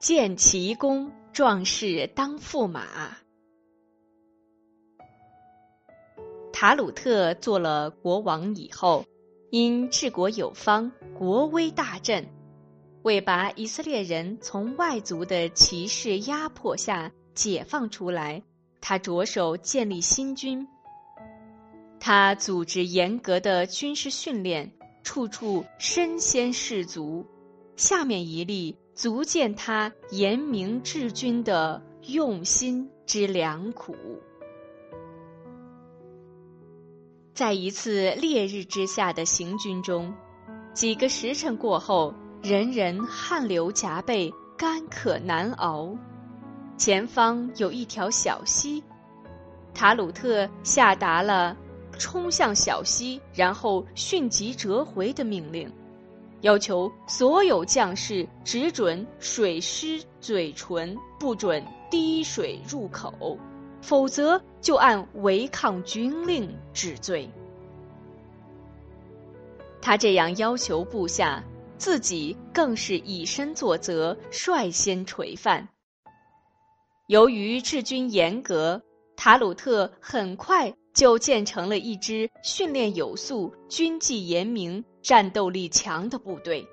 建奇功，壮士当驸马。塔鲁特做了国王以后，因治国有方，国威大振，为把以色列人从外族的歧视压迫下解放出来，他着手建立新军。他组织严格的军事训练，处处身先士卒。下面一例足见他严明治军的用心之良苦。在一次烈日之下的行军中，几个时辰过后，人人汗流浃背，干渴难熬。前方有一条小溪，塔鲁特下达了冲向小溪，然后迅即折回的命令，要求所有将士只准水湿嘴唇，不准滴水入口，否则就按违抗军令治罪。他这样要求部下，自己更是以身作则，率先垂范。由于治军严格，塔鲁特很快就建成了一支训练有素、军纪严明、战斗力强的部队。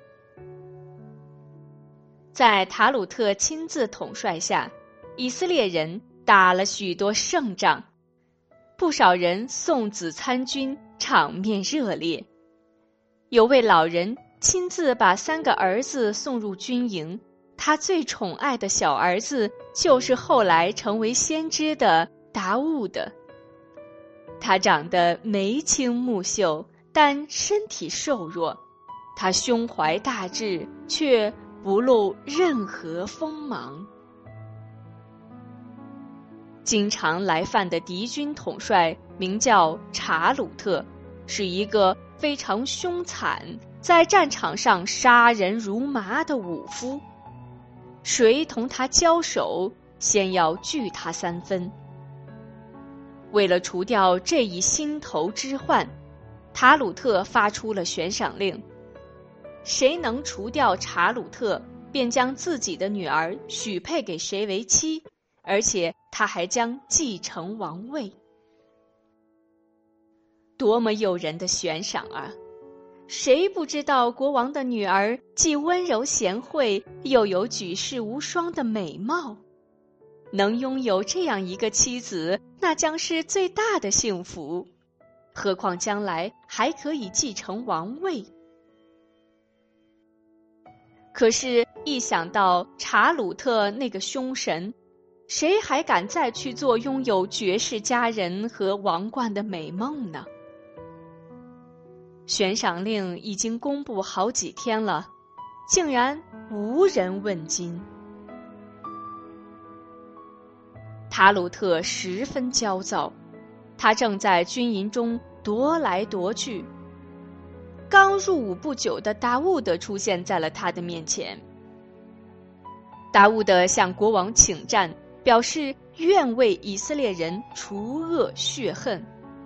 在塔鲁特亲自统帅下，以色列人打了许多胜仗，不少人送子参军，场面热烈。有位老人亲自把3个儿子送入军营，他最宠爱的小儿子就是后来成为先知的达悟的。他长得眉清目秀，但身体瘦弱，他胸怀大志，却不露任何锋芒。经常来犯的敌军统帅名叫查鲁特，是一个非常凶残，在战场上杀人如麻的武夫。谁同他交手，先要拒他3分。为了除掉这一心头之患，塔鲁特发出了悬赏令，谁能除掉查鲁特，便将自己的女儿许配给谁为妻，而且他还将继承王位。多么诱人的悬赏啊！谁不知道国王的女儿既温柔贤惠，又有举世无双的美貌？能拥有这样一个妻子，那将是最大的幸福，何况将来还可以继承王位。可是，一想到查鲁特那个凶神，谁还敢再去做拥有绝世佳人和王冠的美梦呢？悬赏令已经公布好几天了，竟然无人问津。塔鲁特十分焦躁，他正在军营中踱来踱去。刚入伍不久的达悟德出现在了他的面前。达悟德向国王请战，表示愿为以色列人除恶血恨。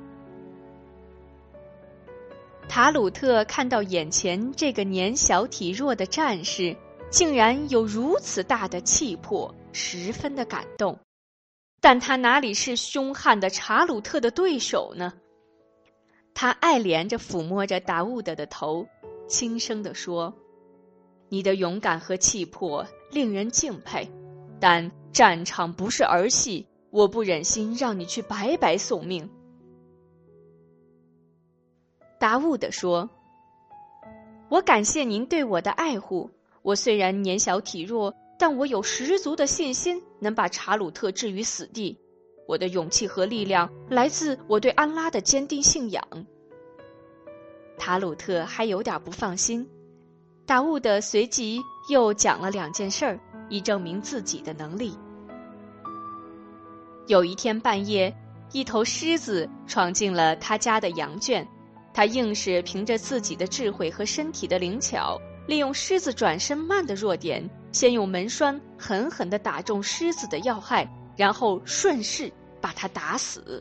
塔鲁特看到眼前这个年小体弱的战士，竟然有如此大的气魄，十分的感动。但他哪里是凶悍的查鲁特的对手呢？他爱怜着抚摸着达悟德的头，轻声地说：“你的勇敢和气魄令人敬佩，但战场不是儿戏，我不忍心让你去白白送命。”达悟德说：“我感谢您对我的爱护，我虽然年小体弱，但我有十足的信心能把查鲁特置于死地。我的勇气和力量来自我对安拉的坚定信仰。”塔鲁特还有点不放心，达悟德随即又讲了2件事儿，以证明自己的能力。有一天半夜，一头狮子闯进了他家的羊圈，他硬是凭着自己的智慧和身体的灵巧，利用狮子转身慢的弱点，先用门栓狠狠地打中狮子的要害，然后顺势把它打死。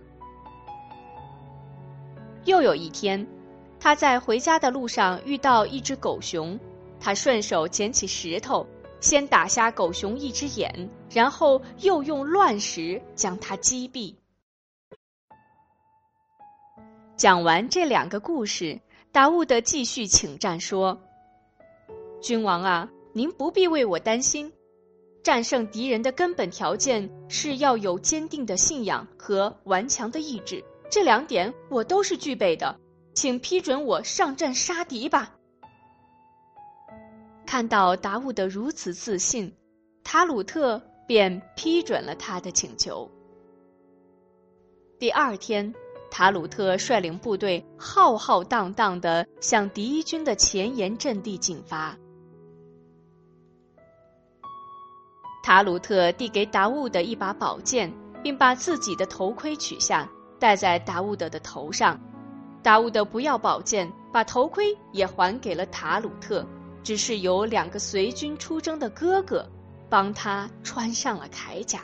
又有一天，他在回家的路上遇到一只狗熊，他顺手捡起石头， 先打瞎狗熊一只眼，然后又用乱石将它击毙。讲完这2个故事，达悟德继续请战说：君王啊，您不必为我担心，战胜敌人的根本条件是要有坚定的信仰和顽强的意志，这2点我都是具备的，请批准我上阵杀敌吧。看到达悟德如此自信，塔鲁特便批准了他的请求。第2天，塔鲁特率领部队浩浩荡荡地向敌军的前沿阵地进发。塔鲁特递给达悟德一把宝剑，并把自己的头盔取下，戴在达悟德的头上。达悟德不要宝剑，把头盔也还给了塔鲁特，只是由2个随军出征的哥哥帮他穿上了铠甲。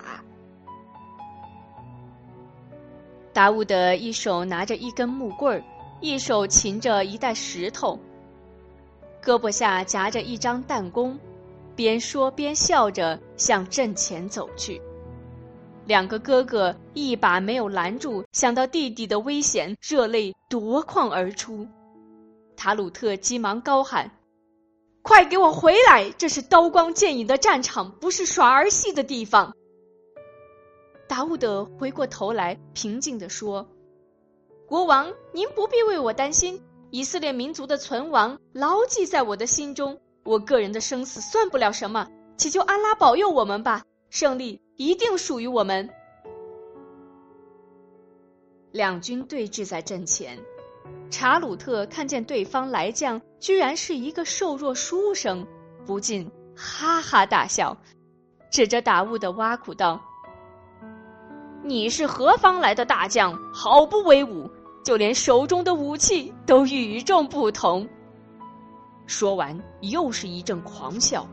达悟德一手拿着一根木棍，一手擒着一袋石头，胳膊下夹着一张弹弓，边说边笑着向阵前走去。2个哥哥一把没有拦住，想到弟弟的危险，热泪夺眶而出。塔鲁特急忙高喊：快给我回来，这是刀光剑影的战场，不是耍儿戏的地方。达悟德回过头来平静地说：国王，您不必为我担心，以色列民族的存亡牢记在我的心中，我个人的生死算不了什么，祈求安拉保佑我们吧，胜利一定属于我们。2军对峙在阵前，查鲁特看见对方来将居然是一个瘦弱书生，不禁哈哈大笑，指着达悟德挖苦道：你是何方来的大将，毫不威武，就连手中的武器都与众不同。说完又是一阵狂笑。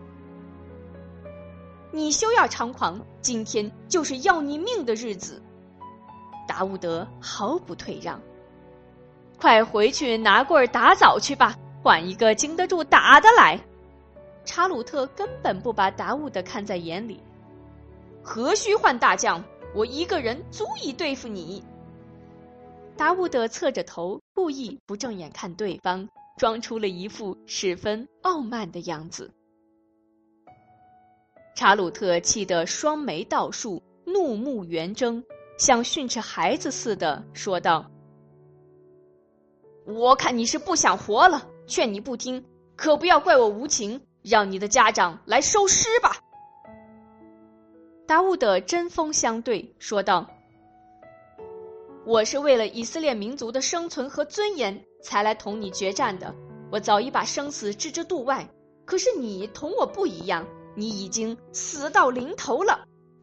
你休要猖狂，今天就是要你命的日子。达悟德毫不退让，快回去拿棍打枣去吧，换一个经得住打的来。查鲁特根本不把达悟德看在眼里，何须换大将，我一个人足以对付你。达悟德侧着头，故意不正眼看对方，装出了一副十分傲慢的样子。查鲁特气得双眉倒竖，怒目圆睁，像训斥孩子似的说道：我看你是不想活了，劝你不听，可不要怪我无情，让你的家长来收尸吧。达悟德针锋相对说道：我是为了以色列民族的生存和尊严才来同你决战的，我早已把生死置之度外，可是你同我不一样，你已经死到临头了。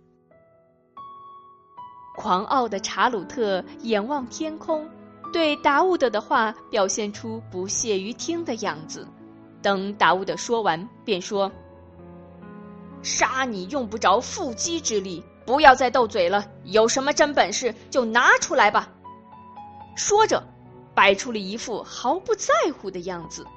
狂傲的查鲁特眼望天空，对达悟德的话表现出不屑于听的样子。等达悟德说完，便说：杀你用不着腹肌之力，不要再斗嘴了，有什么真本事就拿出来吧。说着摆出了一副毫不在乎的样子。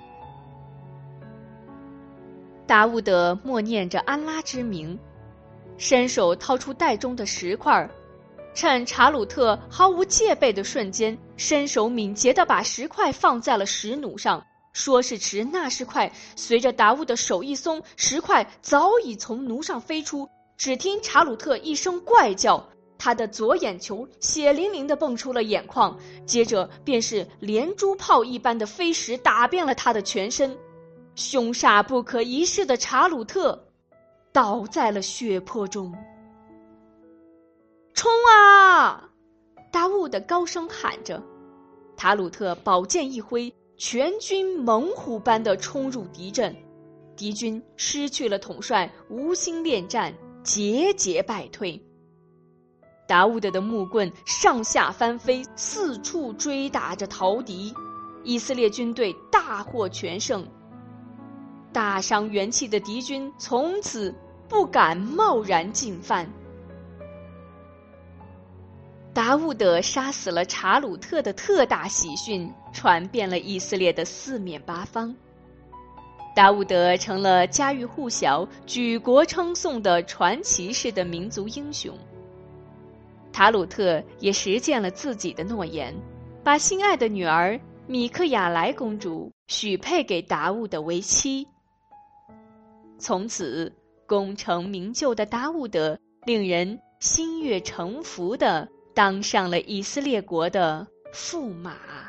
达悟德默念着安拉之名，伸手掏出袋中的石块，趁查鲁特毫无戒备的瞬间，伸手敏捷地把石块放在了石弩上，说时迟那时快，随着达悟的手一松，石块早已从弩上飞出。只听查鲁特一声怪叫，他的左眼球血淋淋地蹦出了眼眶，接着便是连珠炮一般的飞石打遍了他的全身。凶煞不可一世的查鲁特倒在了血泊中。冲啊！达悟的高声喊着。塔鲁特宝剑一挥，全军猛虎般地冲入敌阵，敌军失去了统帅，无心恋战，节节败退。达悟德的木棍上下翻飞，四处追打着逃敌，以色列军队大获全胜。大伤元气的敌军从此不敢贸然进犯。达悟德杀死了查鲁特的特大喜讯传遍了以色列的四面八方。 达伍德成了家喻户晓、举国称颂的传奇式的民族英雄。塔鲁特也实践了自己的诺言，把心爱的女儿米克雅莱公主许配给达伍德为妻。从此，功成名就的达伍德令人心悦诚服地当上了以色列国的驸马。